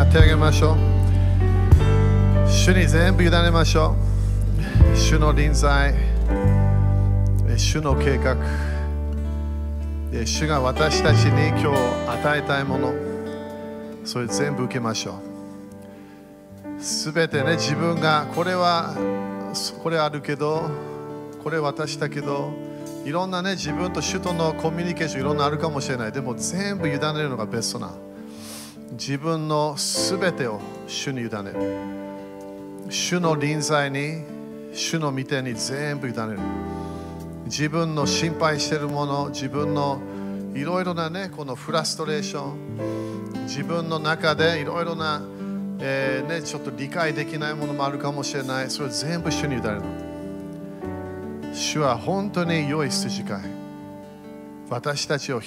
手を挙げましょう。主に全部委ねましょう。主の臨在、主の計画、主が私たちに今日与えたいもの、それ全部受けましょう。すべてね、自分がこれあるけど、これ渡したけど、いろんなね、自分と主とのコミュニケーションいろんなあるかもしれない。でも全部委ねるのがベストな。自分のすべてを主に委ねる。主の臨在に、主の御手に全部委ねる。自分の心配しているもの、自分のいろいろなね、このフラストレーション、自分の中でいろいろな、ちょっと理解できないものもあるかもしれない。それを全部主に委ねる。主は本当に良い筋飼い。私たちを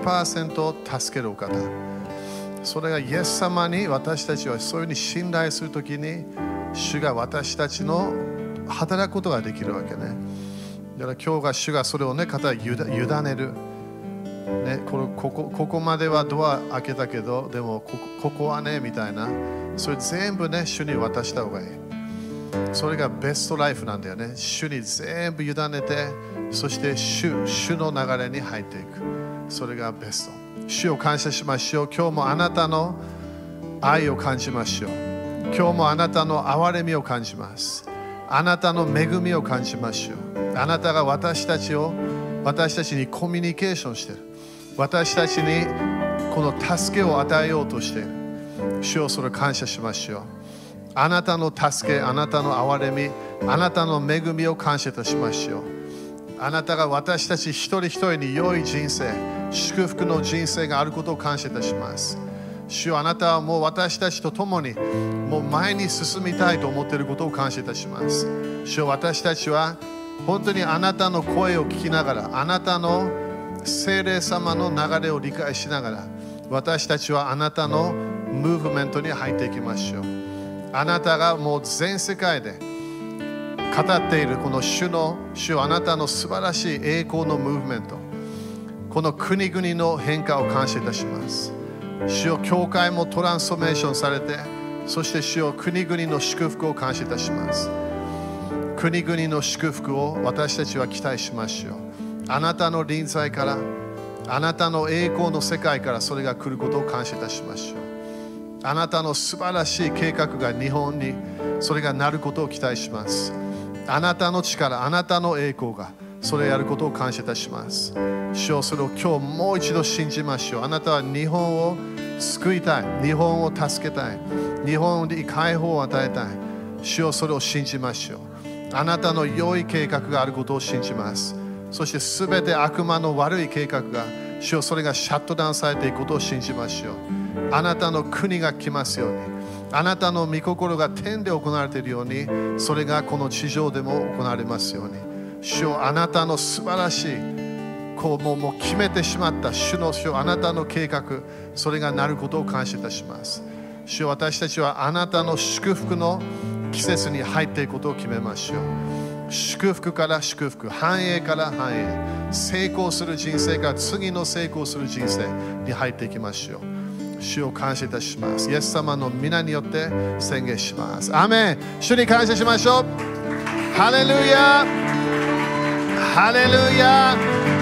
100% 助けるお方。それがイエス様に私たちはそういうふうに信頼するときに、主が私たちの働くことができるわけね。だから今日が主がそれをね、肩に委ねる。ね、ここまではドア開けたけど、でもここはね、みたいな。それ全部ね、主に渡した方がいい。それがベストライフなんだよね。主に全部委ねて、そして主の流れに入っていく。それがベスト。主を感謝しましょう。今日もあなたの愛を感じましょう。今日もあなたの憐れみを感じます。あなたの恵みを感じましょう。あなたが私たちにコミュニケーションしている。私たちにこの助けを与えようとしている。主をそれを感謝しましょう。あなたの助け、あなたの憐れみ、あなたの恵みを感謝いたしましょう。あなたが私たち一人一人に良い人生、祝福の人生があることを感謝いたします。主よ、あなたはもう私たちと共にもう前に進みたいと思っていることを感謝いたします。主よ、私たちは本当にあなたの声を聞きながら、あなたの聖霊様の流れを理解しながら、私たちはあなたのムーブメントに入っていきましょう。あなたがもう全世界で語っているこの主よ、あなたの素晴らしい栄光のムーブメント、この国々の変化を感謝いたします。主よ、教会もトランスフォーメーションされて、そして主よ、国々の祝福を感謝いたします。国々の祝福を私たちは期待しましょう。あなたの臨在から、あなたの栄光の世界からそれが来ることを感謝いたしましょう。あなたの素晴らしい計画が日本にそれがなることを期待します。あなたの力、あなたの栄光がそれをやることを感謝いたします。主よ、それを今日もう一度信じましょう。あなたは日本を救いたい、日本を助けたい、日本に解放を与えたい。主よ、それを信じましょう。あなたの良い計画があることを信じます。そしてすべて悪魔の悪い計画が、主よ、それがシャットダウンされていくことを信じましょう。あなたの国が来ますように、あなたの御心が天で行われているように、それがこの地上でも行われますように。主よ、あなたの素晴らしい、もう決めてしまった主よ、あなたの計画、それがなることを感謝いたします。主よ、私たちはあなたの祝福の季節に入っていくことを決めましょう。祝福から祝福、繁栄から繁栄、成功する人生から次の成功する人生に入っていきましょう。主を感謝いたします。イエス様の皆によって宣言します。アーメン。主に感謝しましょう。ハレルヤ、ハレルヤ、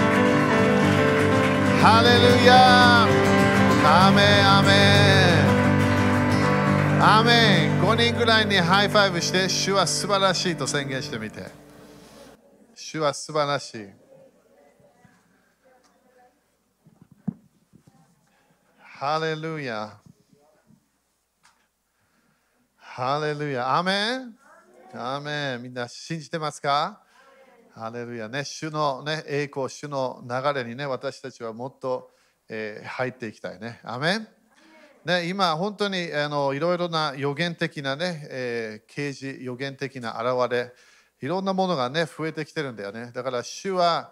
ハレルヤ、アーメン、アーメン、アーメン。5人ぐらいにハイファイブして、主は素晴らしいと宣言してみて。主は素晴らしい。ハレルヤ。ハレルヤ。アーメン。アーメン。みんな信じてますか？ハレルヤね。主の、ね、栄光、主の流れにね、私たちはもっと、入っていきたいね。アーメン。ね、今、本当にいろいろな予言的なね、啓示、予言的な現れ、いろんなものがね、増えてきてるんだよね。だから主は、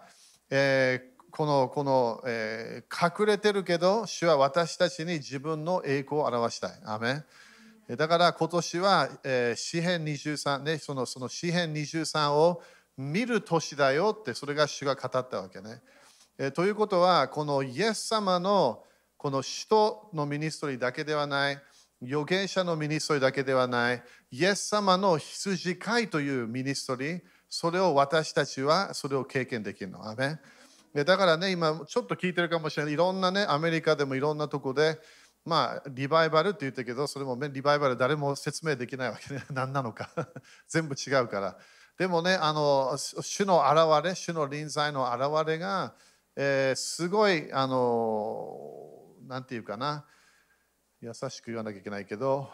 隠れてるけど、主は私たちに自分の栄光を表したい。アーメン。だから今年は、詩編23、ね、その詩編23を見る年だよって、それが主が語ったわけね。ということは、このイエス様のこの使徒のミニストリーだけではない、 預言者のミニストリーだけではない、イエス様の羊飼いというミニストリー、それを私たちはそれを経験できるの。アメン。だからね、今ちょっと聞いてるかもしれない。いろんなね、アメリカでもいろんなとこで、まあ、リバイバルって言ったけど、それも、ね、リバイバル誰も説明できないわけね。何なのか。全部違うから。でもね、主の現れ、主の臨在の現れが、すごい、なんていうかな、優しく言わなきゃいけないけど、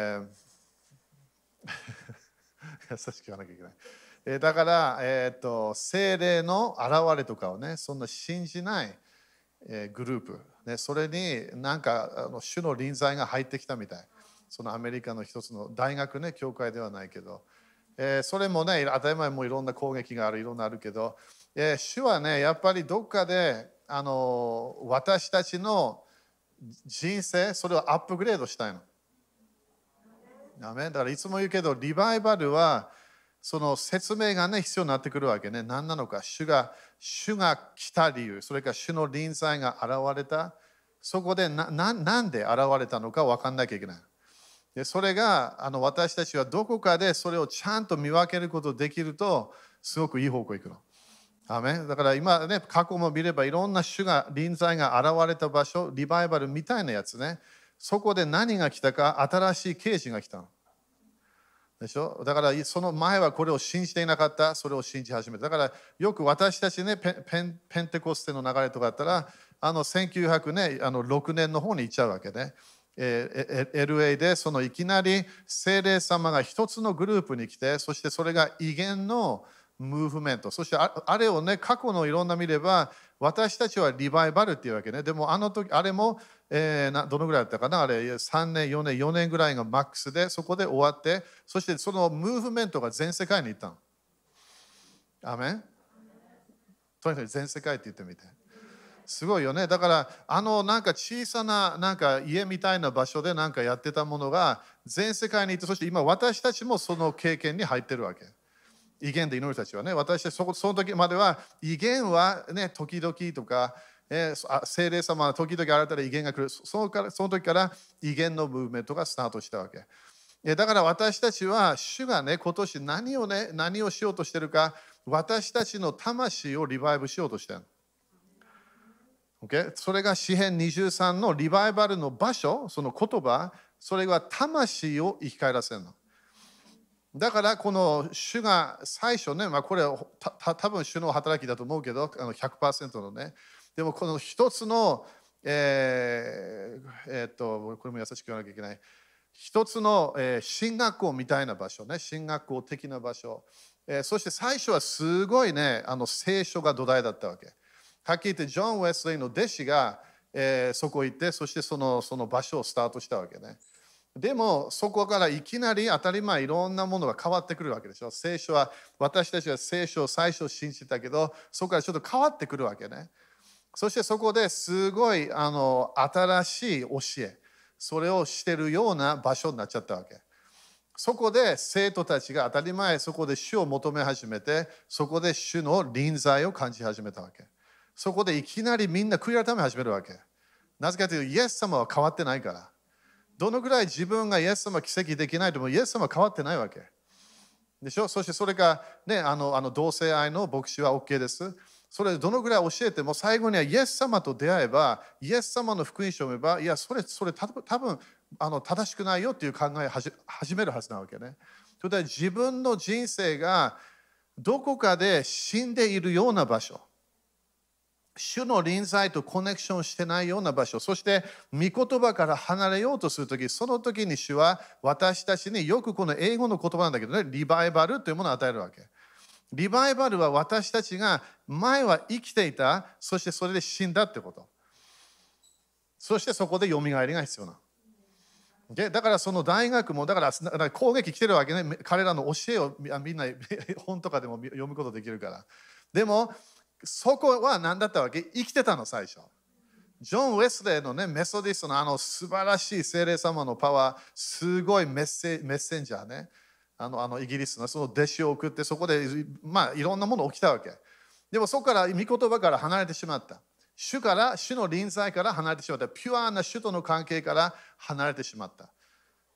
優しく言わなきゃいけない。だから、精霊の現れとかをね、そんな信じない、グループ、ね、それになんか主の臨在が入ってきたみたい。そのアメリカの一つの大学ね、教会ではないけど、それもね、当たり前もいろんな攻撃がある、いろんなあるけど、主はね、やっぱりどっかで私たちの人生、それをアップグレードしたいの。だからいつも言うけど、リバイバルはその説明がね、必要になってくるわけね。何なのか、主が来た理由、それから主の臨在が現れた、そこでなんで現れたのか分かんなきゃいけない。でそれが私たちはどこかでそれをちゃんと見分けることできると、すごくいい方向行くの。アメン。だから今ね、過去も見ればいろんな主が臨在が現れた場所、リバイバルみたいなやつね、そこで何が来たか、新しい啓示が来たの。でしょ。だからその前はこれを信じていなかった、それを信じ始めた。だからよく私たちね、ペンテコステの流れとかあったら、1906年の方に行っちゃうわけね。LA でそのいきなり聖霊様が一つのグループに来て、そしてそれが異言のムーブメント、そしてあれをね、過去のいろんな見れば、私たちはリバイバルっていうわけね。でもあの時、あれも、どのぐらいだったかな、あれ3年、4年ぐらいがマックスで、そこで終わって、そしてそのムーブメントが全世界に行ったの。アメン。とにかく全世界って言ってみて。すごいよね。だからなんか小さななんか家みたいな場所でなんかやってたものが全世界に行って、そして今私たちもその経験に入ってるわけ。異言で祈る人たちはね、私たちその時までは異言はね、時々とか、聖霊様は時々あたら異言が来る。その時から異言のムーブメントがスタートしたわけ。だから私たちは主がね、今年何をしようとしてるか、私たちの魂をリバイブしようとしてる。Okay? それが詩編23のリバイバルの場所、その言葉、それは魂を生き返らせるの。だからこの主が最初ね、これは多分主の働きだと思うけど、100% のね。でもこの一つの、これも優しく言わなきゃいけない。一つの、進学校みたいな場所ね、進学校的な場所。そして最初はすごいね、聖書が土台だったわけ。はっきり言って、ジョン・ウェスレイの弟子が、そこ行って、そしてその場所をスタートしたわけね。でもそこからいきなり当たり前いろんなものが変わってくるわけでしょ。聖書は、私たちは聖書を最初信じてたけど、そこからちょっと変わってくるわけね。そしてそこですごい新しい教え、それをしてるような場所になっちゃったわけ。そこで生徒たちが当たり前そこで主を求め始めて、そこで主の臨在を感じ始めたわけ。そこでいきなりみんな悔い改め始めるわけ。なぜかというと、イエス様は変わってないから。どのぐらい自分がイエス様奇跡できないともイエス様は変わってないわけでしょ。そしてそれがね、同性愛の牧師は OK です。それどのぐらい教えても最後にはイエス様と出会えば、イエス様の福音書を読めば、いやそれ多分正しくないよっていう考えを始めるはずなわけね。ということは自分の人生がどこかで死んでいるような場所、主の臨在とコネクションしてないような場所、そして御言葉から離れようとするとき、その時に主は私たちによくこの英語の言葉なんだけどね、リバイバルというものを与えるわけ。リバイバルは私たちが前は生きていた、そしてそれで死んだってこと。そしてそこでよみがえりが必要な。だからその大学もだから攻撃来てるわけね。彼らの教えをみんな本とかでも読むことできるから。でもそこは何だったわけ？生きてたの最初。ジョン・ウェスレーのね、メソディストの素晴らしい聖霊様のパワー、すごいメッセンジャーね。イギリスのその弟子を送って、そこでいろんなもの起きたわけ。でもそこから御言葉から離れてしまった。主の臨在から離れてしまった。ピュアな主との関係から離れてしまった。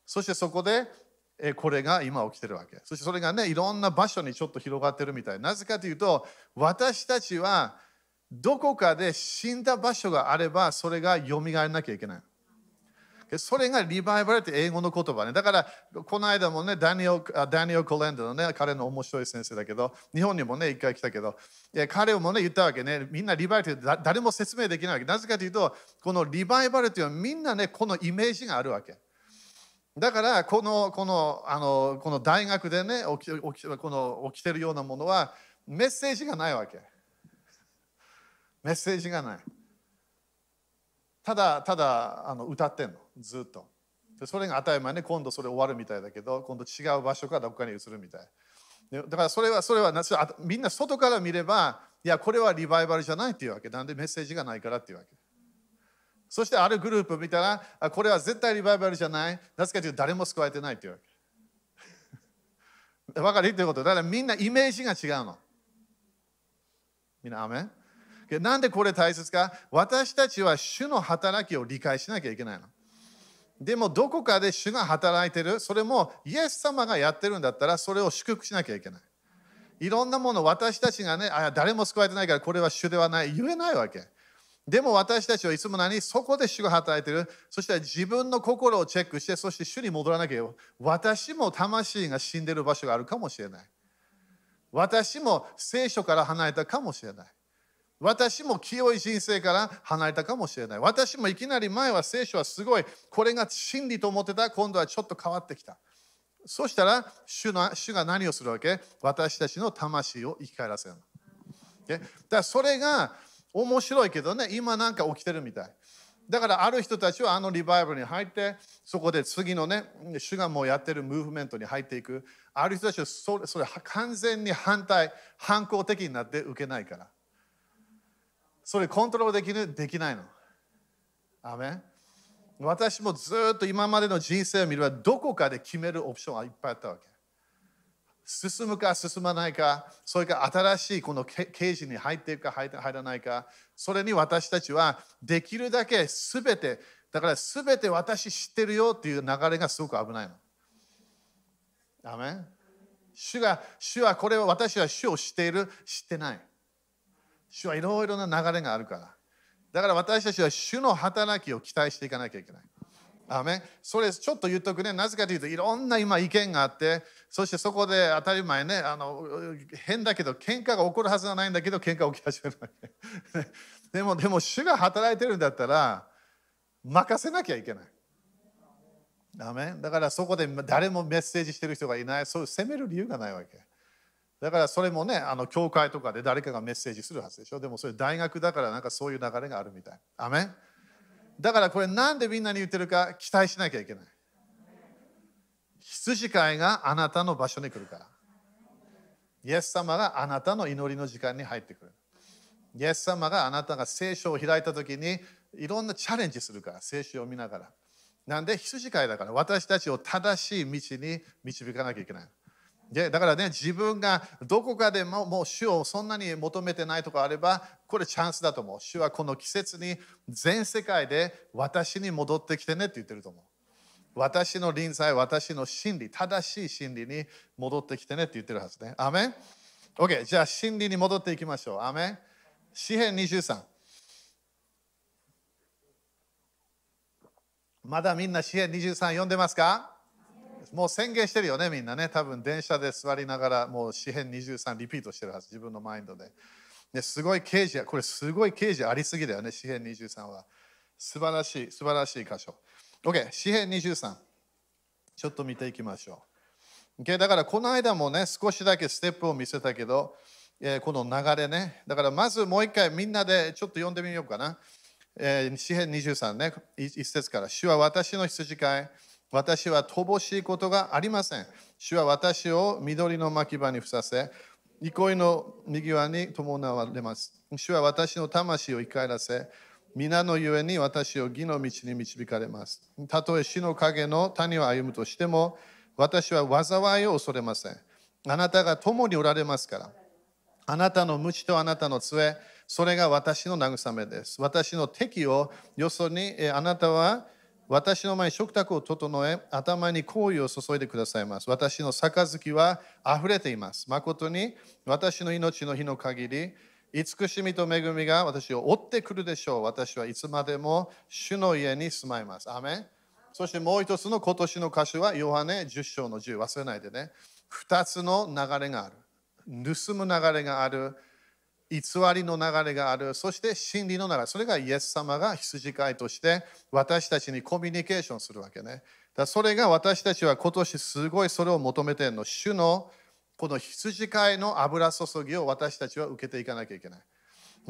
そしてそこでこれが今起きてるわけ。そしてそれがね、いろんな場所にちょっと広がってるみたい。なぜかというと、私たちはどこかで死んだ場所があれば、それが蘇らなきゃいけない。それがリバイバルって英語の言葉ね。だから、この間もね、ダニエル・コレンドのね、彼の面白い先生だけど、日本にもね、一回来たけど、彼もね、言ったわけね、みんなリバイバルって誰も説明できないわけ。なぜかというと、このリバイバルっていうのはみんなね、このイメージがあるわけ。だから、この大学でね、起きてるようなものは、メッセージがないわけ。メッセージがない。ただ歌ってんの、ずっと。でそれが当たり前ね、今度それ終わるみたいだけど、今度違う場所からどこかに移るみたい。だからそれはみんな外から見れば、いや、これはリバイバルじゃないっていうわけ。なんでメッセージがないからっていうわけ。そしてあるグループ見たら、これは絶対リバイバルじゃない。なぜかというと誰も救われてないっていうわけ。わかるっていうこと。だからみんなイメージが違うの。みんなアメン。なんでこれ大切か？私たちは主の働きを理解しなきゃいけないの。でもどこかで主が働いてる、それもイエス様がやってるんだったら、それを祝福しなきゃいけない。いろんなもの私たちがね、誰も救われてないからこれは主ではない、言えないわけ。でも私たちはいつもそこで主が働いてる。そして自分の心をチェックして、そして主に戻らなきゃよ。私も魂が死んでる場所があるかもしれない。私も聖書から離れたかもしれない。私も清い人生から離れたかもしれない。私もいきなり前は聖書はすごい、これが真理と思ってた。今度はちょっと変わってきた。そしたら主が何をするわけ？私たちの魂を生き返らせるの。だからそれが面白いけどね、今なんか起きてるみたい。だからある人たちはリバイバルに入って、そこで次のね、主がもうやってるムーブメントに入っていく。ある人たちはそれ完全に反抗的になって受けないから。それコントロールできないの。アメン。私もずっと今までの人生を見れば、どこかで決めるオプションがいっぱいあったわけ。進むか進まないか、それから新しいこのケージに入っていくか入らないか、それに私たちはできるだけすべて、だからすべて私知ってるよっていう流れがすごく危ないの。アメン。主はこれは私は主を知っている、知ってない。主はいろいろな流れがあるから。だから私たちは主の働きを期待していかなきゃいけない。アメン。それちょっと言っとくね。なぜかというといろんな今意見があって、そしてそこで当たり前ね、変だけど喧嘩が起こるはずはないんだけど喧嘩起き始めるわけ。でも主が働いてるんだったら任せなきゃいけない。アメン。だからそこで誰もメッセージしてる人がいない、そういう責める理由がないわけ。だからそれもね、教会とかで誰かがメッセージするはずでしょ。でもそれ大学だからなんかそういう流れがあるみたい。アメン。だからこれなんでみんなに言ってるか期待しなきゃいけない。羊飼いがあなたの場所に来るから。イエス様があなたの祈りの時間に入ってくる。イエス様があなたが聖書を開いたときにいろんなチャレンジするから、聖書を見ながら。なんで羊飼いだから私たちを正しい道に導かなきゃいけない。だからね、自分がどこかでもう主をそんなに求めてないとこあれば、これチャンスだと思う。主はこの季節に全世界で私に戻ってきてねって言ってると思う。私の臨在、私の真理、正しい真理に戻ってきてねって言ってるはずね。アメン。 OK、じゃあ真理に戻っていきましょう。アメン。詩編23。まだみんな詩編23読んでますか？もう宣言してるよね、みんなね。多分電車で座りながら、もう詩編23リピートしてるはず、自分のマインドで。すごい啓示、これすごい啓示ありすぎだよね、詩編23は。素晴らしい箇所。OK、詩編23。ちょっと見ていきましょう。だからこの間もね、少しだけステップを見せたけど、この流れね。だからまずもう一回みんなでちょっと読んでみようかな。詩編23ね、一節から。主は私の羊飼い。私は乏しいことがありません。主は私を緑の牧場にふさせ、憩いの右側に伴われます。主は私の魂を生き返らせ、皆のゆえに私を義の道に導かれます。たとえ死の影の谷を歩むとしても、私は災いを恐れません。あなたが共におられますから。あなたの鞭とあなたの杖、それが私の慰めです。私の敵をよそに、あなたは私の前に食卓を整え、頭に香油を注いでくださいます。私の杯は溢れています。誠に私の命の日の限り、慈しみと恵みが私を追ってくるでしょう。私はいつまでも主の家に住まいます。アーメン。そしてもう一つの今年の歌詞は、ヨハネ10章の10、忘れないでね。2つの流れがある。盗む流れがある。偽りの流れがある。そして真理の流れ。それがイエス様が羊飼いとして私たちにコミュニケーションするわけね。だからそれが私たちは今年すごいそれを求めているの。主のこの羊飼いの油注ぎを私たちは受けていかなきゃいけない。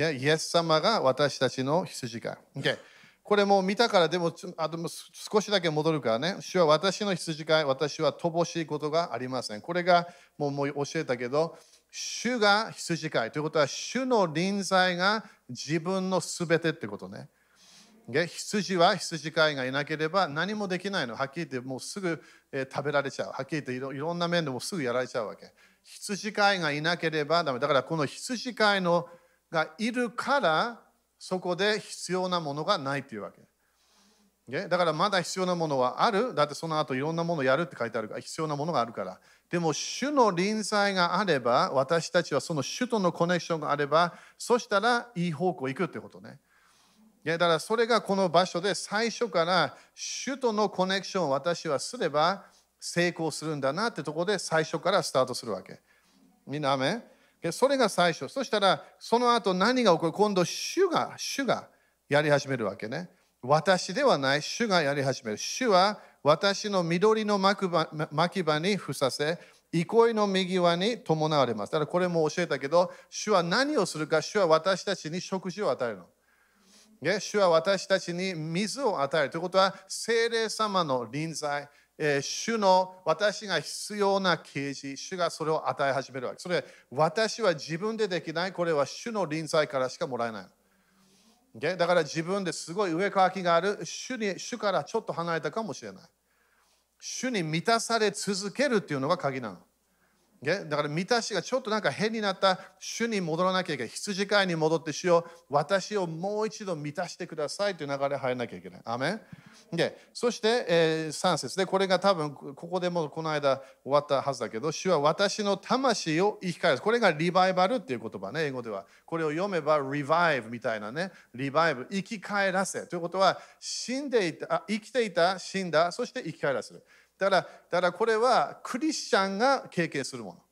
イエス様が私たちの羊飼い。Okay、これも見たからでも少しだけ戻るからね。主は私の羊飼い、私は乏しいことがありません。これがもう教えたけど、主が羊飼いということは、主の臨在が自分のすべてってことね。羊は羊飼いがいなければ何もできないの。はっきり言ってもうすぐ食べられちゃう。はっきり言っていろんな面でもすぐやられちゃうわけ。羊飼いがいなければダメ。だからこの羊飼いのがいるからそこで必要なものがないというわけ。だからまだ必要なものはある。だってその後いろんなものをやるって書いてあるから必要なものがあるから。でも主の臨在があれば、私たちはその主とのコネクションがあれば、そしたらいい方向行くってことね。だからそれがこの場所で最初から主とのコネクションを私はすれば成功するんだなってところで最初からスタートするわけ。みんなアメン。それが最初。そしたらその後何が起こる？今度主がやり始めるわけね。私ではない、主がやり始める。主は私の緑の牧場に伏させ、憩いの右側に伴われます。だからこれも教えたけど、主は何をするか、主は私たちに食事を与えるの。主は私たちに水を与えるということは、聖霊様の臨在、主の私が必要な啓示、主がそれを与え始めるわけ。それ私は自分でできない、これは主の臨在からしかもらえない。だから自分ですごい上かきがある主からちょっと離れたかもしれない。主に満たされ続けるっていうのが鍵なの。だから満たしがちょっとなんか変になった主に戻らなきゃいけない。羊飼いに戻って主よ、私をもう一度満たしてくださいという流れに入らなきゃいけない。アメン。そして、3節で、これが多分ここでもこの間終わったはずだけど、主は私の魂を生き返らせ。これがリバイバルっていう言葉ね、英語では。これを読めばリバイブみたいなね、リバイブ、生き返らせということは、生きていた、死んだ、そして生き返らせる。だからこれはクリスチャンが経験するもの。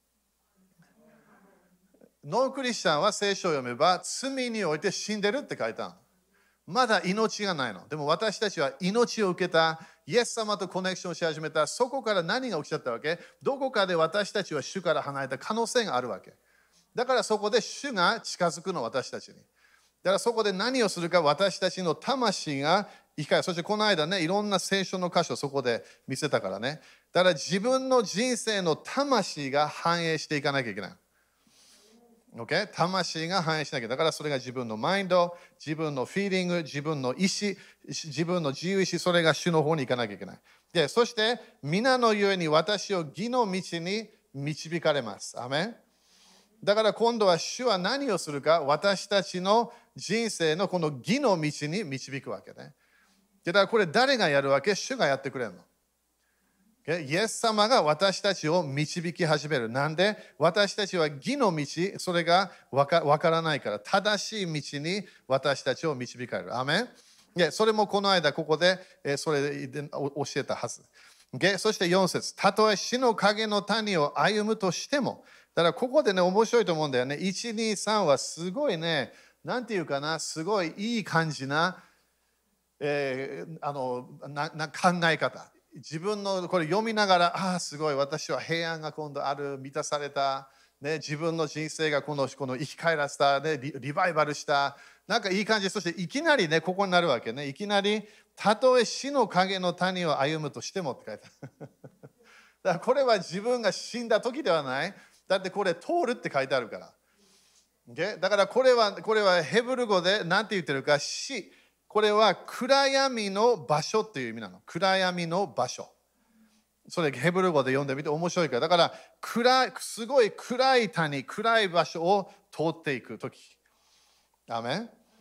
ノンクリスチャンは聖書を読めば罪において死んでるって書いてある。まだ命がないの。でも私たちは命を受けた、イエス様とコネクションし始めた、そこから何が起きちゃったわけ？どこかで私たちは主から離れた可能性があるわけ。だからそこで主が近づくの、私たちに。だからそこで何をするか、私たちの魂が生き返る。そしてこの間ね、いろんな聖書の箇所そこで見せたからね。だから自分の人生の魂が反映していかなきゃいけない。Okay？ 魂が反映しなきゃ。だからそれが自分のマインド、自分のフィーリング、自分の意志、自分の自由意志、それが主の方に行かなきゃいけない。で、そして皆のゆえに私を義の道に導かれます。アメン。だから今度は主は何をするか、私たちの人生のこの義の道に導くわけね。だからこれ誰がやるわけ？主がやってくれるの。イエス様が私たちを導き始める。なんで？私たちは義の道、それがわからないから、正しい道に私たちを導かれる。アメン。それもこの間ここでそれで教えたはず。そして4節、たとえ死の影の谷を歩むとしても、だからここでね、面白いと思うんだよね。1、2、3はすごいね、なんていうかな、すごいいい感じな、考え方。自分のこれ読みながら、ああ、すごい、私は平安が今度ある、満たされた、ね、自分の人生がこの生き返らせた、ね、リバイバルした、なんかいい感じ。そしていきなりね、ここになるわけね。いきなり、たとえ死の影の谷を歩むとしてもって書いてある。だからこれは自分が死んだ時ではない。だってこれ通るって書いてあるから。だからこれはヘブル語で何て言ってるか、死。これは暗闇の場所っていう意味なの。暗闇の場所。それヘブル語で読んでみて面白いから。だからすごい暗い谷、暗い場所を通っていくとき。アメン。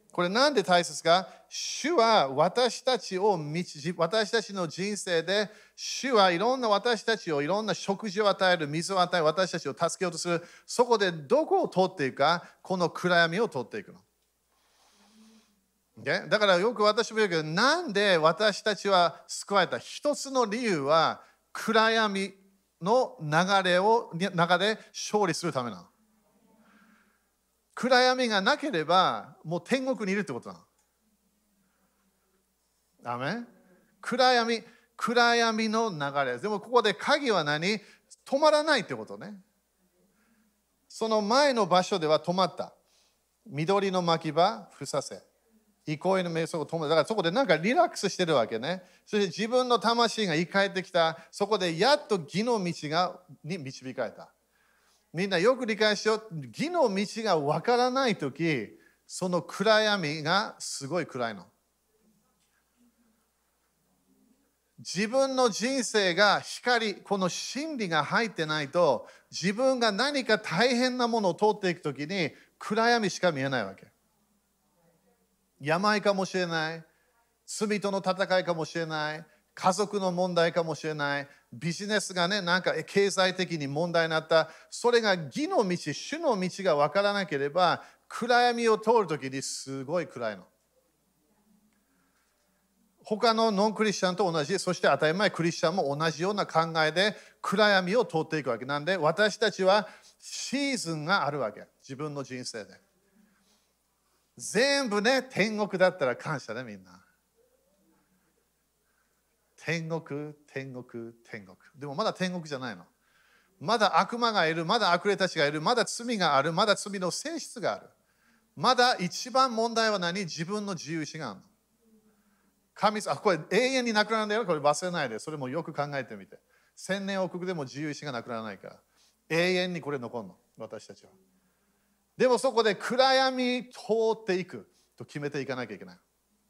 これなんで大切か？主は私たちの人生で、主はいろんな私たちをいろんな食事を与える、水を与え、私たちを助けようとする。そこでどこを通っていくか、この暗闇を通っていくの。だからよく私も言うけど、なんで私たちは救われた？一つの理由は暗闇の中で勝利するためなの。暗闇がなければもう天国にいるってことなの。アメン。暗闇の流れ。でもここで鍵は何？止まらないってことね。その前の場所では止まった。緑の牧場、ふさせ。憩いの瞑想を止めた。だからそこでなんかリラックスしてるわけね。そして自分の魂が生き返ってきた。そこでやっと義の道に導かれた。みんなよく理解しよう。義の道がわからないとき、その暗闇がすごい暗いの。自分の人生が光、この真理が入ってないと、自分が何か大変なものを通っていくときに暗闇しか見えないわけ。病かもしれない、罪との戦いかもしれない、家族の問題かもしれない、ビジネスがね、なんか経済的に問題になった。それが義の道、主の道が分からなければ、暗闇を通るときにすごい暗いの。他のノンクリスチャンと同じ、そして当たり前クリスチャンも同じような考えで暗闇を通っていくわけなんで、私たちはシーズンがあるわけ。自分の人生で。全部ね、天国だったら感謝ね、みんな。天国。でもまだ天国じゃないの。まだ悪魔がいる、まだ悪霊たちがいる、まだ罪がある、まだ罪の性質がある。まだ一番問題は何？自分の自由意志があるの。これ永遠になくなるんだよ。これ忘れないで。それもよく考えてみて。1000年王国でも自由意志がなくならないから。永遠にこれ残るの。私たちは。でもそこで暗闇通っていくと決めていかなきゃいけない。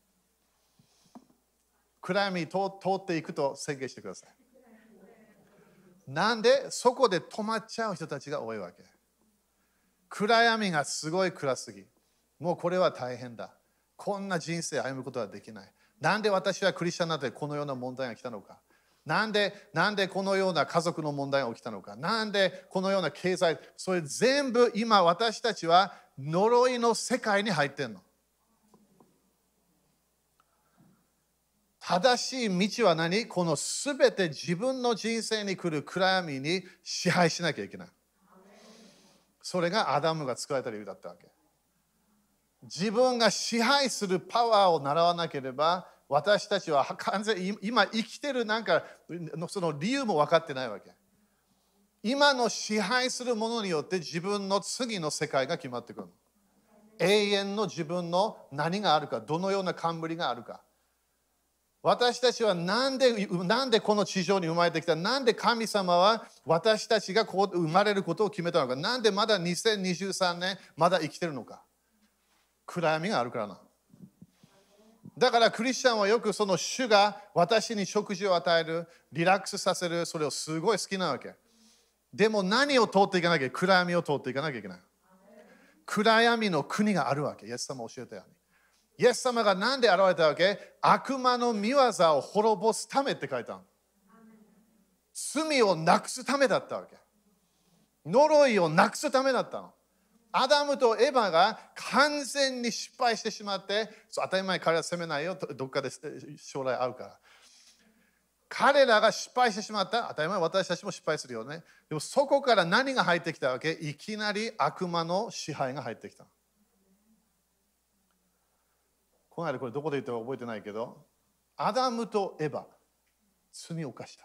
暗闇通っていくと宣言してください。なんでそこで止まっちゃう人たちが多いわけ。暗闇がすごい暗すぎ。もうこれは大変だ。こんな人生歩むことはできない。なんで私はクリスチャンになってこのような問題が来たのか。なんでこのような家族の問題が起きたのか。なんでこのような経済。それ全部今私たちは呪いの世界に入ってんの。正しい道は何？このすべて自分の人生に来る暗闇に支配しなきゃいけない。それがアダムが作られた理由だったわけ。自分が支配するパワーを習わなければ、私たちは完全に今生きてるなんかその理由も分かってないわけ。今の支配するものによって自分の次の世界が決まってくる。永遠の自分の何があるか、どのような冠があるか。私たちはなんでこの地上に生まれてきた？なんで神様は私たちがこう生まれることを決めたのか？なんでまだ2023年まだ生きてるのか？暗闇があるからな。だからクリスチャンはよくその主が私に食事を与える、リラックスさせる、それをすごい好きなわけ。でも何を通っていかなきゃいけない？暗闇を通っていかなきゃいけない。暗闇の国があるわけ。イエス様教えたように。イエス様が何で現れたわけ？悪魔の御業を滅ぼすためって書いたの。罪をなくすためだったわけ。呪いをなくすためだったの。アダムとエヴァが完全に失敗してしまって、当たり前彼は責めないよ、どっかで将来会うから。彼らが失敗してしまった、当たり前私たちも失敗するよね。でもそこから何が入ってきたわけ？いきなり悪魔の支配が入ってきた。この間これどこで言ったか覚えてないけど、アダムとエヴァ、罪を犯した。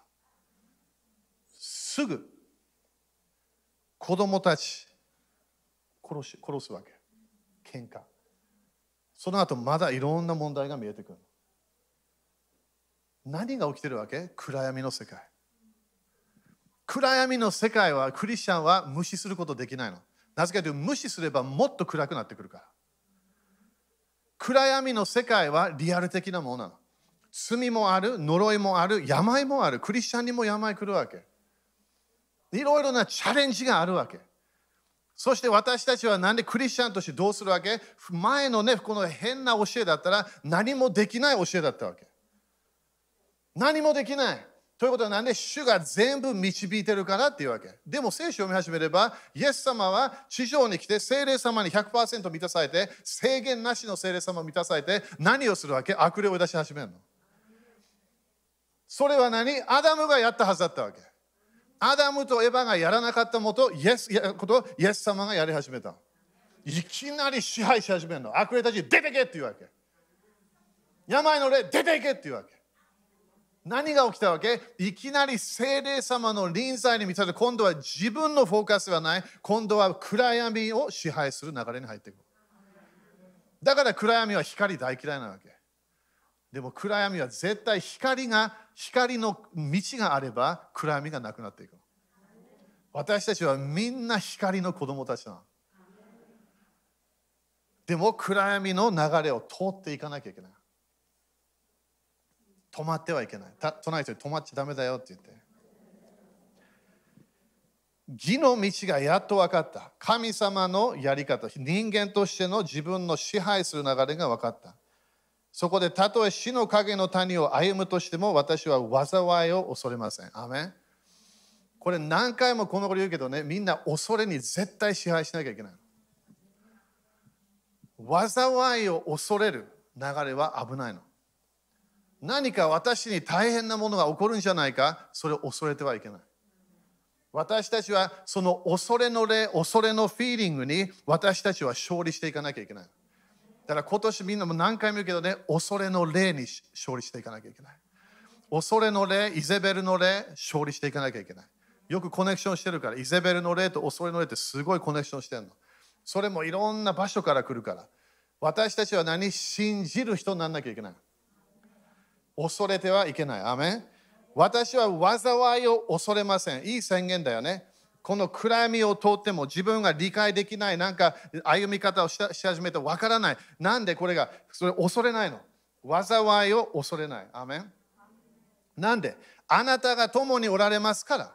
すぐ子供たち殺すわけ。喧嘩。その後まだいろんな問題が見えてくる。何が起きてるわけ？暗闇の世界。暗闇の世界はクリスチャンは無視することできないの。なぜかというと無視すればもっと暗くなってくるから。暗闇の世界はリアル的なものなの。罪もある、呪いもある、病もある。クリスチャンにも病来るわけ。いろいろなチャレンジがあるわけ。 そして私たちはなんでクリスチャンとしてどうするわけ？前のね、この変な教えだったら何もできない教えだったわけ。何もできない。ということはなんで主が全部導いてるからっていうわけ。でも聖書を読み始めれば、イエス様は地上に来て聖霊様に 100% 満たされて、制限なしの聖霊様を満たされて、何をするわけ？悪霊を出し始めるの。それは何？アダムがやったはずだったわけ。アダムとエヴァがやらなかったことをイエス様がやり始めた。いきなり支配し始めるの。悪霊たち出てけっていうわけ。病の霊出ていけっていうわけ。何が起きたわけ？いきなり聖霊様の臨在に満たされて、今度は自分のフォーカスはない。今度は暗闇を支配する流れに入っていく。だから暗闇は光大嫌いなわけ。でも暗闇は絶対光の道があれば暗闇がなくなっていく。私たちはみんな光の子供たちなの。でも暗闇の流れを通っていかなきゃいけない。止まってはいけない。隣の人に止まっちゃダメだよって言って。義の道がやっと分かった。神様のやり方、人間としての自分の支配する流れが分かった。そこでたとえ死の影の谷を歩むとしても私は災いを恐れません。アメン。これ何回もこのこと言うけどね、みんな恐れに絶対支配しなきゃいけない。災いを恐れる流れは危ないの。何か私に大変なものが起こるんじゃないか、それを恐れてはいけない。私たちはその恐れの霊、恐れのフィーリングに私たちは勝利していかなきゃいけない。だから今年みんなも何回も言うけどね、恐れの霊に勝利していかなきゃいけない。恐れの霊、イゼベルの霊、勝利していかなきゃいけない。よくコネクションしてるから、イゼベルの霊と恐れの霊ってすごいコネクションしてるの。それもいろんな場所から来るから。私たちは何？信じる人にならなきゃいけない。恐れてはいけない。アメン。私は災いを恐れません。いい宣言だよね。この暗闇を通っても自分が理解できない、なんか歩み方をし始めてわからない。なんでこれが、それ恐れないの。災いを恐れない。アメン。なんで？あなたが共におられますから。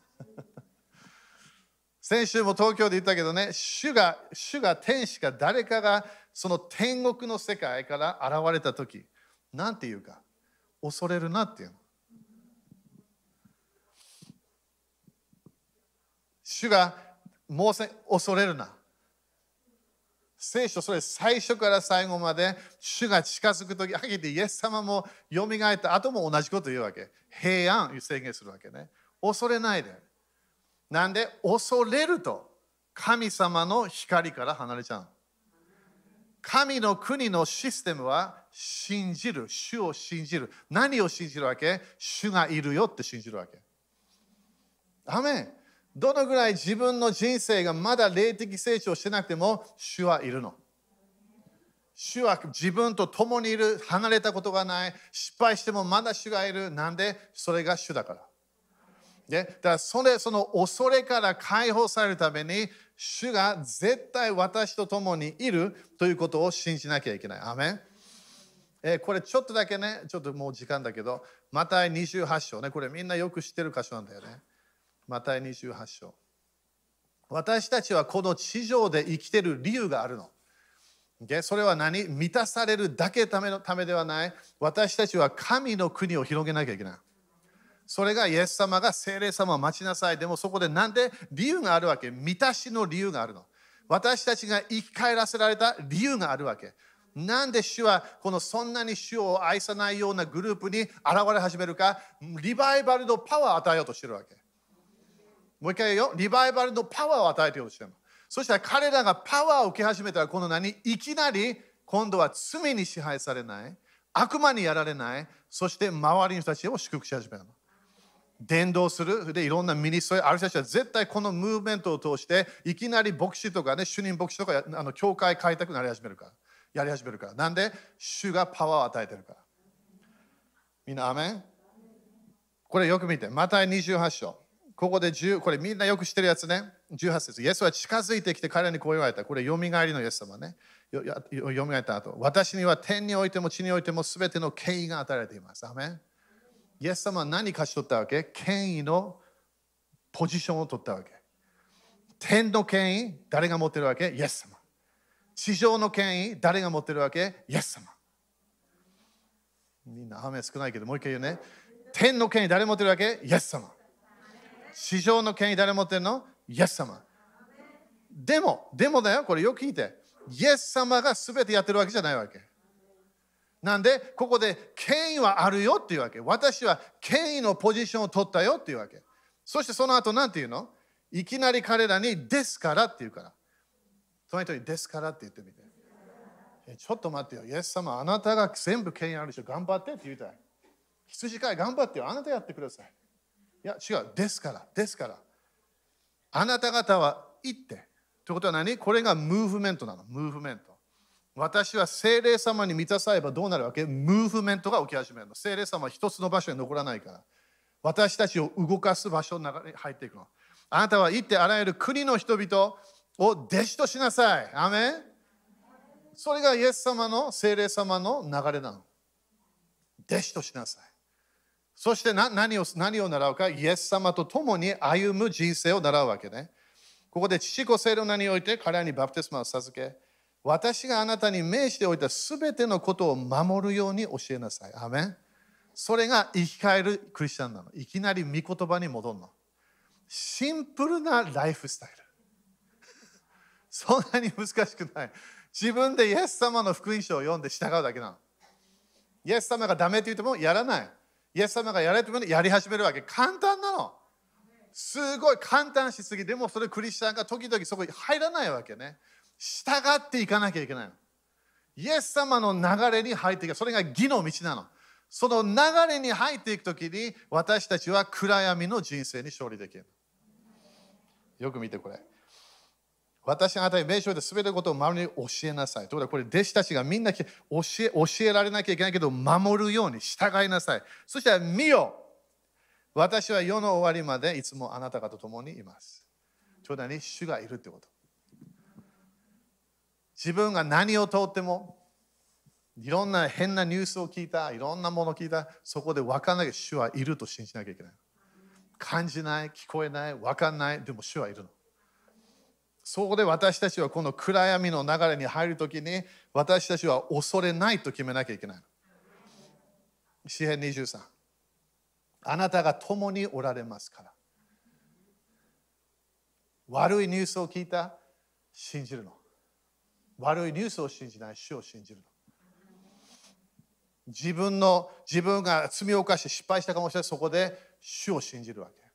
先週も東京で言ったけどね、主が天使か誰かがその天国の世界から現れたとき、なんて言うか、恐れるなっていうの。主がもう恐れるな。聖書それ最初から最後まで主が近づくとき、はっきり言ってイエス様もよみがえった後も同じこと言うわけ。平安宣言するわけね。恐れないで。なんで恐れると神様の光から離れちゃう。神の国のシステムは信じる。主を信じる。何を信じるわけ？主がいるよって信じるわけ。アメン。どのぐらい自分の人生がまだ霊的成長してなくても主はいるの。主は自分と共にいる。離れたことがない。失敗してもまだ主がいる。なんで？それが主だから。だからその恐れから解放されるために主が絶対私と共にいるということを信じなきゃいけない。アメン。これちょっとだけね、ちょっともう時間だけど、マタイ28章ね、これみんなよく知ってる箇所なんだよね。マタイ28章。私たちはこの地上で生きてる理由があるの。それは何？満たされるだけためではない。私たちは神の国を広げなきゃいけない。それがイエス様が聖霊様を待ちなさい。でもそこでなんで理由があるわけ。満たしの理由があるの。私たちが生き返らせられた理由があるわけ。なんで主はそんなに主を愛さないようなグループに現れ始めるか。リバイバルのパワーを与えようとしてるわけ。もう一回言うよ。リバイバルのパワーを与えてようとしてるの。そしたら彼らがパワーを受け始めたらいきなり今度は罪に支配されない。悪魔にやられない。そして周りの人たちを祝福し始めるの。伝道する。で、いろんなミニストリー、ある人たちは絶対このムーブメントを通して、いきなり牧師とかね、主任牧師とか、教会開拓なり始めるから。やり始めるから。なんで、主がパワーを与えてるから。みんな、アメン？これよく見て。マタイ28章。ここでこれみんなよく知ってるやつね。18節。イエスは近づいてきて彼にこう言われた。これ、よみがえりのイエス様ね。よみがえった後。私には天においても地においても全ての権威が与えられています。アメン？イエス様は何勝ち取ったわけ？権威のポジションを取ったわけ。 天の権威、誰が持ってるわけ？イエス様。地上の権威、誰が持ってるわけ？イエス様。みんなアーメン少ないけど、もう一回言うね。天の権威、誰持ってるわけ？イエス様。地上の権威、誰持ってるの？イエス様。でもだよ、これよく聞いて。イエス様が全てやってるわけじゃないわけ。なんで、ここで権威はあるよっていうわけ。私は権威のポジションを取ったよっていうわけ。そしてその後何て言うの？いきなり彼らにですからって言うから。その人にですからって言ってみて。ちょっと待ってよ。イエス様、あなたが全部権威あるでしょ。頑張ってって言いたい。羊飼い頑張ってよ。あなたやってください。いや、違う。ですから。ですから。あなた方は言って。ということは何？これがムーブメントなの。ムーブメント。私は聖霊様に満たさればどうなるわけ？ムーブメントが起き始めるの。聖霊様は一つの場所に残らないから。私たちを動かす場所の中に入っていくの。あなたは行ってあらゆる国の人々を弟子としなさい。アメン。それがイエス様の聖霊様の流れなの。弟子としなさい。そして何を習うか？イエス様と共に歩む人生を習うわけね。ここで父子聖霊の名において彼らにバプテスマを授け、私があなたに命じておいたすべてのことを守るように教えなさい。アメン。それが生き返るクリスチャンなの。いきなり御言葉に戻るの。シンプルなライフスタイル。そんなに難しくない。自分でイエス様の福音書を読んで従うだけなの。イエス様がダメって言ってもやらない。イエス様がやれって言ってもやり始めるわけ。簡単なの。すごい簡単しすぎ。でもそれクリスチャンが時々そこに入らないわけね。従っていかなきゃいけないの。イエス様の流れに入っていく。それが義の道なの。その流れに入っていくときに私たちは暗闇の人生に勝利できる。よく見てこれ。私があなたに命じて全てのことを周りに教えなさい。ということはこれ弟子たちがみんな教えられなきゃいけないけど守るように従いなさい。そしたら見よ。私は世の終わりまでいつもあなた方と共にいます。ちょうどに主がいるってこと。自分が何を通ってもいろんな変なニュースを聞いた、いろんなものを聞いた、そこで分からないけど主はいると信じなきゃいけない。感じない、聞こえない、分かんない、でも主はいるの。そこで私たちはこの暗闇の流れに入るときに私たちは恐れないと決めなきゃいけない。詩編23。あなたが共におられますから。悪いニュースを聞いた、信じるの。悪いニュースを信じない、主を信じるの。自分が罪を犯して失敗したかもしれない、そこで主を信じるわけ。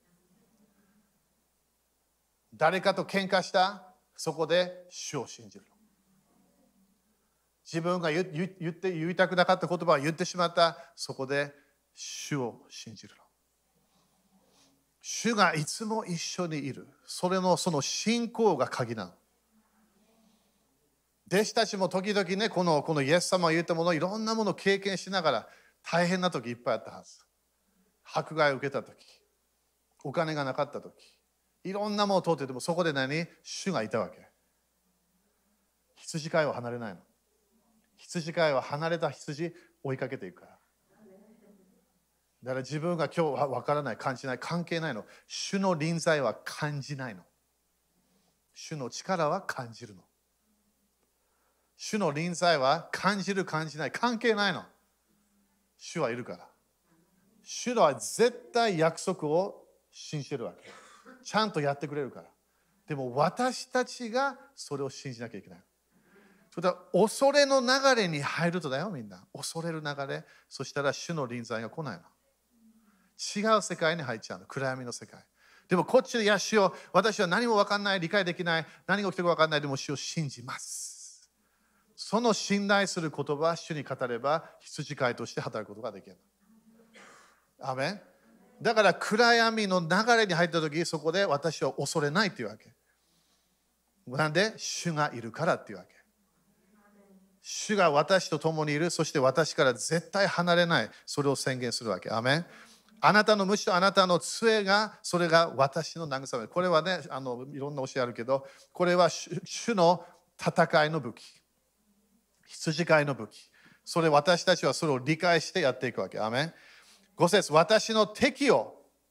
誰かと喧嘩した、そこで主を信じるの。自分が言いたくなかった言葉を言ってしまった、そこで主を信じるの。主がいつも一緒にいる。その信仰が鍵なの。弟子たちも時々ね、このイエス様が言ったもの、いろんなものを経験しながら大変な時いっぱいあったはず。迫害を受けた時、お金がなかった時、いろんなものを通っててもそこで主がいたわけ。羊飼いは離れないの。羊飼いは離れた羊追いかけていくから。だから自分が今日は分からない、感じない、関係ないの。主の臨在は感じないの。主の力は感じるの。主の臨在は感じる、感じない、関係ないの。主はいるから。主は絶対約束を信じてるわけ。ちゃんとやってくれるから。でも私たちがそれを信じなきゃいけない。それで恐れの流れに入るとだよ、みんな。恐れる流れ。そしたら主の臨在が来ないの。違う世界に入っちゃうの。暗闇の世界。でもこっちで、いや、主よ、私は何も分かんない、理解できない、何が起きてるか分かんない、でも主を信じます。その信頼する言葉、主に語れば、羊飼いとして働くことができる。アメン。だから暗闇の流れに入ったとき、そこで私は恐れないっていうわけ。なんで主がいるからっていうわけ。主が私と共にいる、そして私から絶対離れない、それを宣言するわけ。アメン。あなたの虫とあなたの杖が、それが私の慰め。これはね、いろんな教えあるけど、これは主の戦いの武器。羊飼いの武器。それ私たちはそれを理解してやっていくわけ。アメン。5節、私の敵を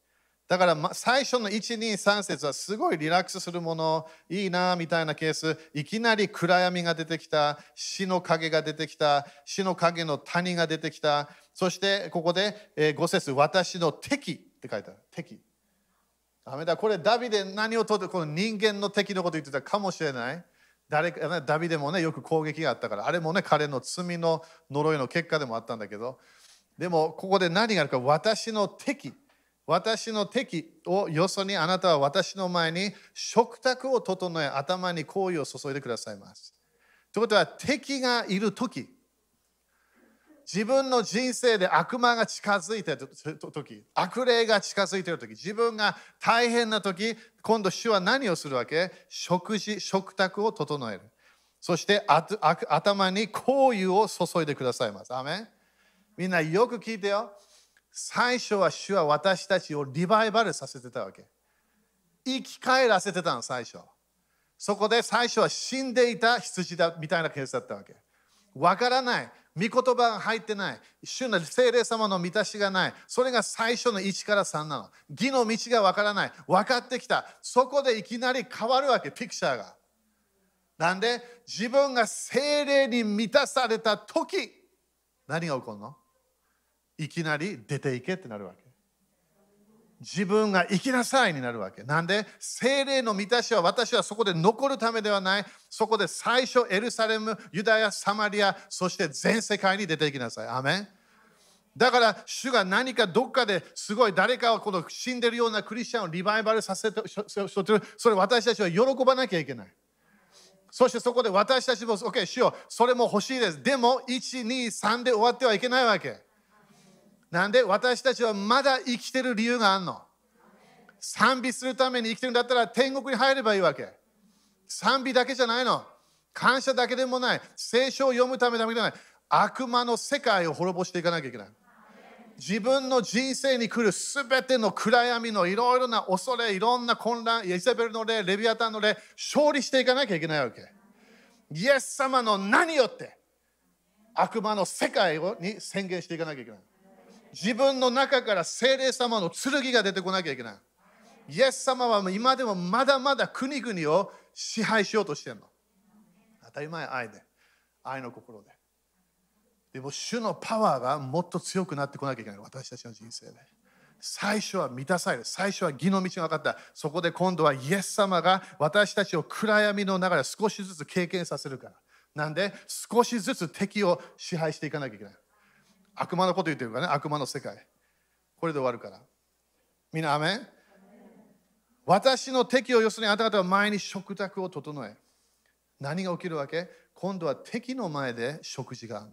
だから、最初の1、2、3節はすごいリラックスするもの、いいなみたいなケース、いきなり暗闇が出てきた、死の影が出てきた、死の影の谷が出てきた、そしてここで5節、私の敵って書いてある。敵。これダビデ何をとって、この人間の敵のこと言ってたかもしれない。ダビデもね、よく攻撃があったから、あれもね、彼の罪の呪いの結果でもあったんだけど、でもここで何があるか、私の敵。私の敵をよそに、あなたは私の前に食卓を整え、頭に香油を注いでくださいます。ということは、敵がいるとき、自分の人生で悪魔が近づいているとき、悪霊が近づいているとき、自分が大変なとき、今度主は何をするわけ？食卓を整える。そして頭に香油を注いでくださいます。アメン。みんなよく聞いてよ。最初は主は私たちをリバイバルさせてたわけ。生き返らせてたの、最初。そこで最初は死んでいた羊だみたいなケースだったわけ。わからない。御言葉が入ってない。主の聖霊様の満たしがない。それが最初の1から3なの。義の道がわからない。分かってきた。そこでいきなり変わるわけ、ピクチャーが。なんで、自分が聖霊に満たされたとき、何が起こるの？いきなり出ていけってなるわけ。自分が生きなさいになるわけ。なんで、聖霊の満たしは私はそこで残るためではない。そこで最初エルサレム、ユダヤ、サマリア、そして全世界に出ていきなさい。アメン。だから主が何かどっかですごい誰かをこの死んでるようなクリスチャンをリバイバルさせて、それ私たちは喜ばなきゃいけない。そしてそこで私たちも、OK、主よ、それも欲しいです。でも、1、2、3で終わってはいけないわけ。なんで私たちはまだ生きてる理由があるの。賛美するために生きてるんだったら天国に入ればいいわけ。賛美だけじゃないの。感謝だけでもない。聖書を読むためだけじゃない。悪魔の世界を滅ぼしていかなきゃいけない。自分の人生に来るすべての暗闇のいろいろな恐れ、いろんな混乱、イザベルの霊、レビアタンの霊、勝利していかなきゃいけないわけ。イエス様の名によって悪魔の世界に宣言していかなきゃいけない。自分の中から聖霊様の剣が出てこなきゃいけない。イエス様は今でもまだまだ国々を支配しようとしてるの。当たり前、愛の心で。でも主のパワーがもっと強くなってこなきゃいけない。私たちの人生で。最初は満たされる。最初は義の道が分かった。そこで今度はイエス様が私たちを暗闇の中で少しずつ経験させるから。なんで少しずつ敵を支配していかなきゃいけない。悪魔のこと言ってるからね、悪魔の世界。これで終わるから。みんな、アメン。私の敵を要するにあなた方は前に食卓を整え。何が起きるわけ？今度は敵の前で食事があるの。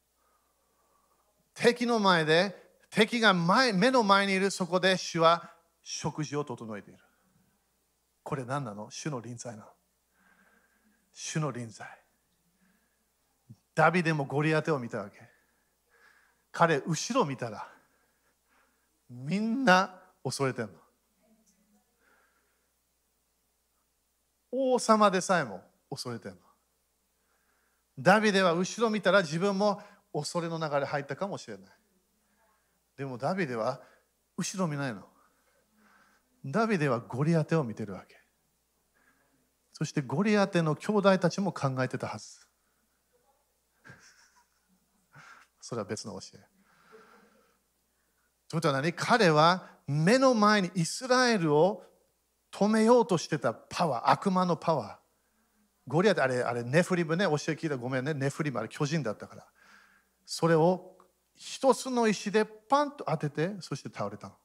敵の前で、敵が目の前にいる、そこで主は食事を整えている。これ何なの？主の臨在なの。主の臨在。ダビデもゴリアテを見たわけ。彼、後ろ見たら、みんな恐れてるの。王様でさえも恐れてるの。ダビデは後ろ見たら自分も恐れの流れ入ったかもしれない。でもダビデは後ろ見ないの。ダビデはゴリアテを見てるわけ。そしてゴリアテの兄弟たちも考えてたはず。それは別の教え。ということは何？彼は目の前にイスラエルを止めようとしてたパワー、悪魔のパワー。ゴリアテ、あれネフリムね、教え聞いたごめんね、ネフリムあれ巨人だったから。それを一つの石でパンと当てて、そして倒れたの。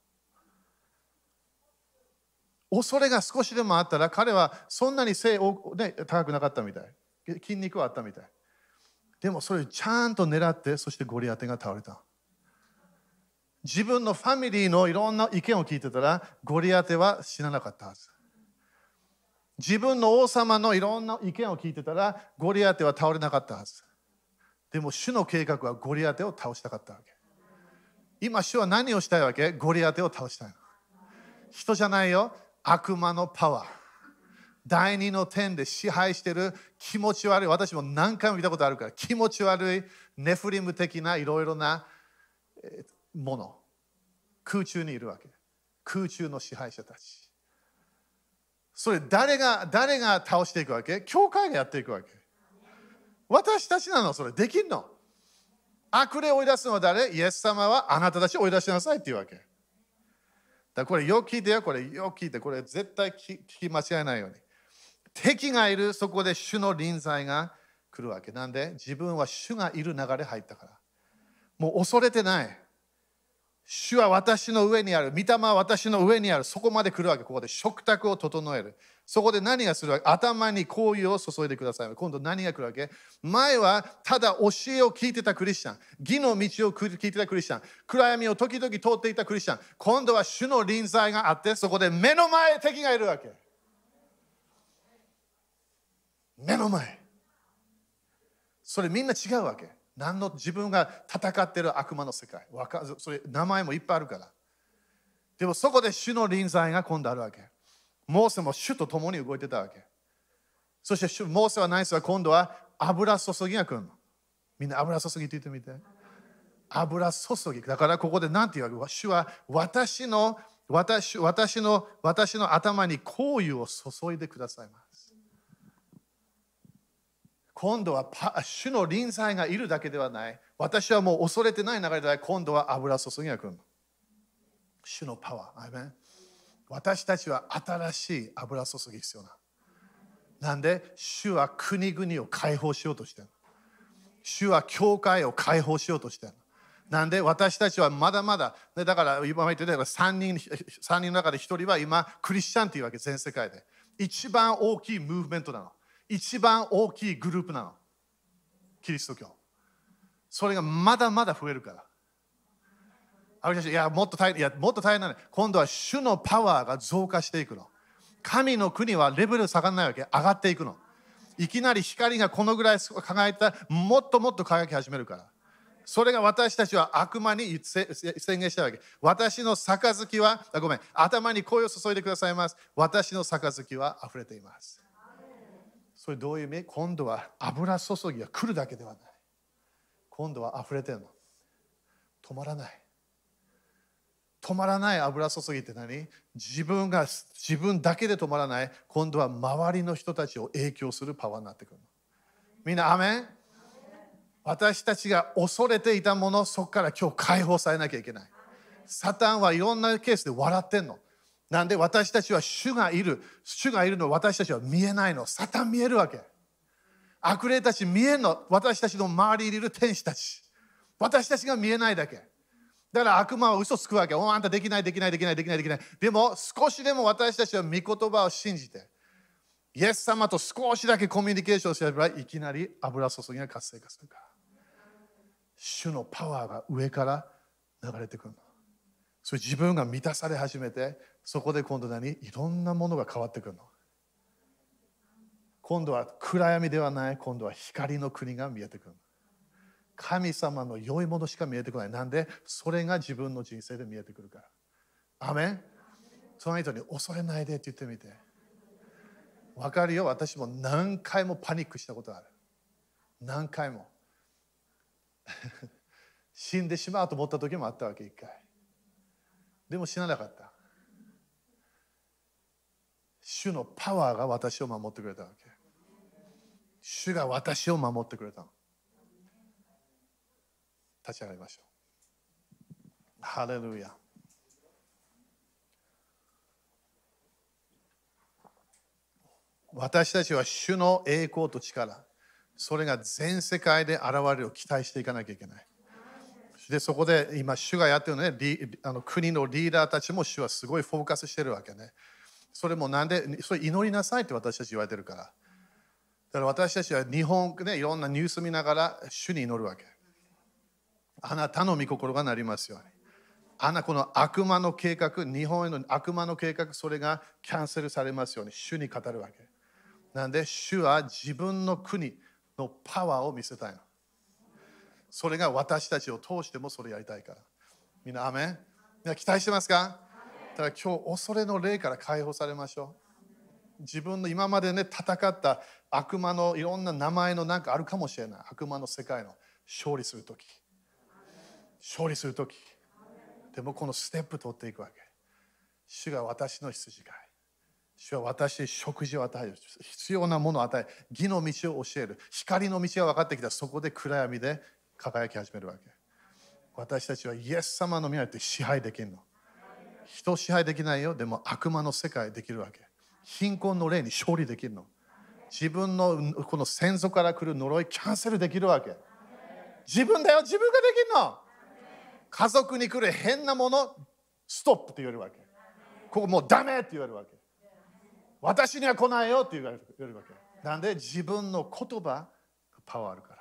恐れが少しでもあったら、彼はそんなに背、ね、高くなかったみたい。筋肉はあったみたい。でもそれをちゃんと狙って、そしてゴリアテが倒れた。自分のファミリーのいろんな意見を聞いてたら、ゴリアテは死ななかったはず。自分の王様のいろんな意見を聞いてたら、ゴリアテは倒れなかったはず。でも主の計画はゴリアテを倒したかったわけ。今主は何をしたいわけ？ゴリアテを倒したいの。人じゃないよ。悪魔のパワー。第二の天で支配している気持ち悪い。私も何回も見たことあるから、気持ち悪いネフリム的ないろいろなもの。空中にいるわけ。 空中の支配者たち。それ誰が倒していくわけ？教会がやっていくわけ。私たちなの、それできんの。悪霊を追い出すのは誰？イエス様はあなたたちを追い出しなさいっていうわけ。だからこれよく聞いてよ、これよく聞いて、これ絶対聞き間違えないように。敵がいる、そこで主の臨在が来るわけ。なんで自分は主がいる流れ入ったから。もう恐れてない。主は私の上にある。御霊は私の上にある。そこまで来るわけ。ここで食卓を整える。そこで何がするわけ？頭に香油を注いでください。今度何が来るわけ？前はただ教えを聞いてたクリスチャン。義の道を聞いてたクリスチャン。暗闇を時々通っていたクリスチャン。今度は主の臨在があって、そこで目の前に敵がいるわけ。目の前。それみんな違うわけ。自分が戦っている悪魔の世界。それ名前もいっぱいあるから。でもそこで主の臨在が今度あるわけ。モーセも主と共に動いてたわけ。そしてモーセは何するか、今度は油注ぎが来るの。みんな油注ぎって言ってみて。油注ぎ。だからここで何て言うわけ？主は私の頭に香油を注いでくださいます。今度は主の臨在がいるだけではない。私はもう恐れてない流れで、今度は油注ぎが来るの。主のパワー。アーメン。私たちは新しい油注ぎ必要な。なんで主は国々を解放しようとしている。主は教会を解放しようとしている。なんで私たちはまだまだ、だから今言ってた3人の中で1人は今クリスチャンというわけ、全世界で。一番大きいムーブメントなの。一番大きいグループなの。キリスト教。それがまだまだ増えるから。いや、もっと大変なの。今度は主のパワーが増加していくの。神の国はレベル下がらないわけ。上がっていくの。いきなり光がこのぐらい輝いたら、もっともっと輝き始めるから。それが私たちは悪魔に宣言したわけ。私の杯は、頭に声を注いでくださいます。私の杯は溢れています。それどういう意味？今度は油注ぎが来るだけではない。今度は溢れてるの。止まらない。止まらない油注ぎって何？自分だけで止まらない。今度は周りの人たちを影響するパワーになってくるの。みんなアメン？私たちが恐れていたもの、そこから今日解放されなきゃいけない。サタンはいろんなケースで笑ってんの。なんで私たちは主がいるの、私たちは見えないの。サタン見えるわけ。悪霊たち見えんの。私たちの周りにいる天使たち。私たちが見えないだけ。だから悪魔は嘘つくわけ。あんたできない。でも少しでも私たちは御言葉を信じて、イエス様と少しだけコミュニケーションすれば、いきなり油注ぎが活性化するから。主のパワーが上から流れてくるの。それ自分が満たされ始めて、そこで今度いろんなものが変わってくるの。今度は暗闇ではない、今度は光の国が見えてくるの。神様の良いものしか見えてこない。なんでそれが自分の人生で見えてくるから。アメン。その人に恐れないでって言ってみて。わかるよ。私も何回もパニックしたことある。何回も。死んでしまうと思った時もあったわけ、一回。でも死ななかった。主のパワーが私を守ってくれたわけ。主が私を守ってくれたの。立ち上がりましょう。ハレルヤ。私たちは主の栄光と力、それが全世界で現れるを期待していかなきゃいけない。でそこで今主がやってるのね、国のリーダーたちも主はすごいフォーカスしてるわけね。それもなんで、それ祈りなさいって私たち言われてるから。だから私たちは日本ね、いろんなニュース見ながら主に祈るわけ。あなたの御心がなりますように。この悪魔の計画、日本への悪魔の計画、それがキャンセルされますように主に語るわけ。なんで主は自分の国のパワーを見せたいの。それが私たちを通してもそれやりたいから。みんなアメン。みんな期待してますか？だから今日恐れの霊から解放されましょう。自分の今までね戦った悪魔のいろんな名前のなんかあるかもしれない。悪魔の世界の勝利するとき。でもこのステップ取っていくわけ。 主が私の羊飼い。主は私に食事を与える。必要なものを与え、義の道を教える。光の道が分かってきたら、そこで暗闇で輝き始めるわけ。私たちはイエス様の皆によって支配できるの。人を支配できないよ。でも悪魔の世界できるわけ。貧困の霊に勝利できるの。自分のこの先祖から来る呪いキャンセルできるわけ。自分だよ、自分ができるの。家族に来る変なもの、ストップって言えるわけ。ここもうダメって言われるわけ。私には来ないよって言われるわけ。なんで自分の言葉、パワーあるから。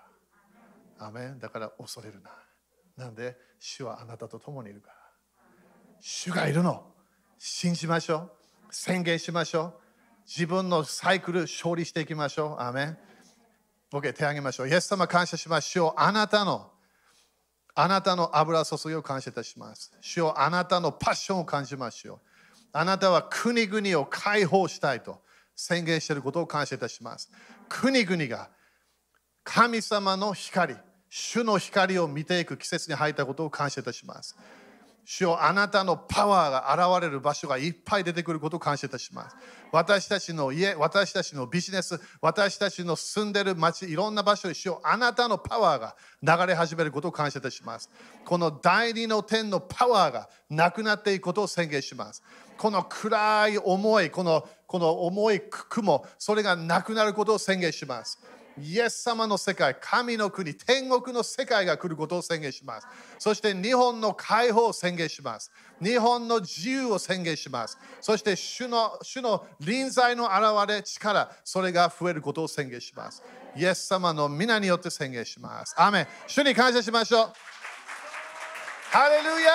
アメン。だから恐れるな。なんで主はあなたと共にいるから。主がいるの。信じましょう。宣言しましょう。自分のサイクル勝利していきましょう。アメン。OK、手を挙げましょう。イエス様感謝しましょう。あなたの油注ぎを感謝いたします。主よ、あなたのパッションを感じましょう。あなたは国々を解放したいと宣言していることを感謝いたします。国々が神様の光、主の光を見ていく季節に入ったことを感謝いたします。主よ、あなたのパワーが現れる場所がいっぱい出てくることを感謝いたします。私たちの家、私たちのビジネス、私たちの住んでいる町、いろんな場所に主よ、あなたのパワーが流れ始めることを感謝いたします。この第二の天のパワーがなくなっていくことを宣言します。この暗い思い、この重い雲、それがなくなることを宣言します。イエス様の世界、神の国、天国の世界が来ることを宣言します。そして日本の解放を宣言します。日本の自由を宣言します。そして主の臨在の現れ、力、それが増えることを宣言します。イエス様の皆によって宣言します。アーメン。主に感謝しましょう。ハレルヤ。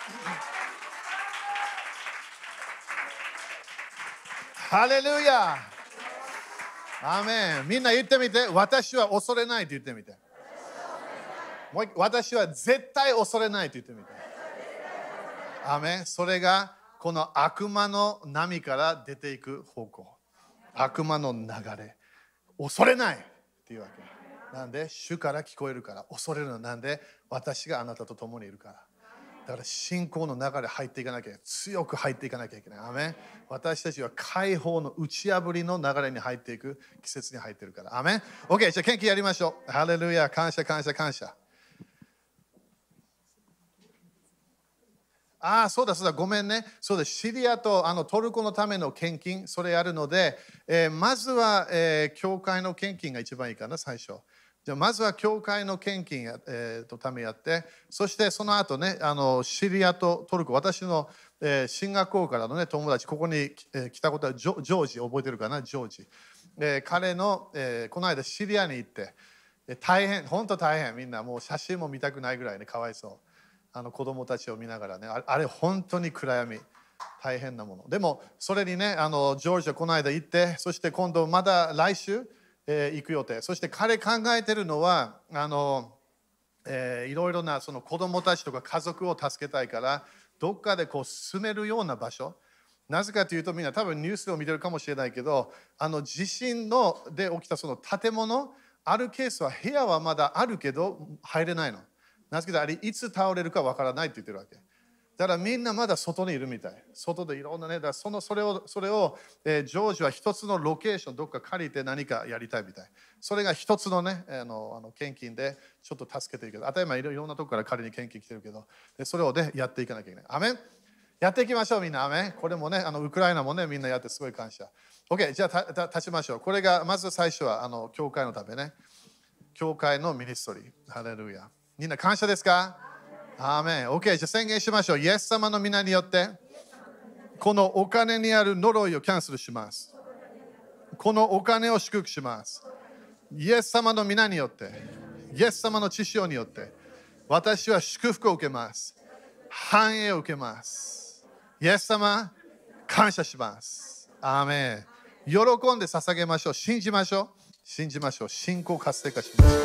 ハレルヤ。アーメン。みんな言ってみて。私は恐れないと言ってみて。私は絶対恐れないと言ってみて。アーメン。それがこの悪魔の波から出ていく方向。悪魔の流れ。恐れないっていうわけ。なんで主から聞こえるから。恐れるのなんで私があなたと共にいるから。だから信仰の流れ入っていかなきゃ、強く入っていかなきゃいけない。アメン。私たちは解放の打ち破りの流れに入っていく季節に入っているから。アメン。OK、じゃあ元気やりましょう。ハレルヤ、感謝感謝感謝。そうだそうだ、ごめんね。そうだ、シリアとトルコのための献金、それやるので、まずは、教会の献金が一番いいかな、最初。じゃあまずは教会の献金とためやって、そしてその後ね、シリアとトルコ、私の、進学校からの、ね、友達、ここに来たことはジョージ、覚えてるかな、ジョージ。彼の、この間シリアに行って、大変、本当大変、みんなもう写真も見たくないぐらいね、かわいそう。子供たちを見ながらね、あれ本当に暗闇、大変なもの。でも、それにね、ジョージはこの間行って、そして今度まだ来週、行く予定。そして彼考えてるのは、いろいろなその子供たちとか家族を助けたいから、どっかでこう住めるような場所。なぜかというと、みんな多分ニュースを見てるかもしれないけど、地震で起きたその建物、あるケースは部屋はまだあるけど入れないの。なぜかというと、あれいつ倒れるかわからないって言ってるわけ。だからみんなまだ外にいるみたい。外でいろんなね、だからそれを、ジョージは一つのロケーションどっか借りて何かやりたいみたい。それが一つのね、献金でちょっと助けているけど、当たり前いろんなとこから借りに献金来てるけど、それをね、やっていかなきゃいけない。アメン。やっていきましょうみんな。アメン。これもね、ウクライナもね、みんなやってすごい感謝。OK、じゃあ立ちましょう。これがまず最初は教会のためね。教会のミニストリー。ハレルヤ。みんな感謝ですか？アーメン。OK、じゃあ宣言しましょう。イエス様の皆によって、このお金にある呪いをキャンセルします。このお金を祝福します。イエス様の皆によって、イエス様の血潮によって、私は祝福を受けます。繁栄を受けます。イエス様、感謝します。アーメン。喜んで捧げましょう。信じましょう。信じましょう。信仰活性化しましょう。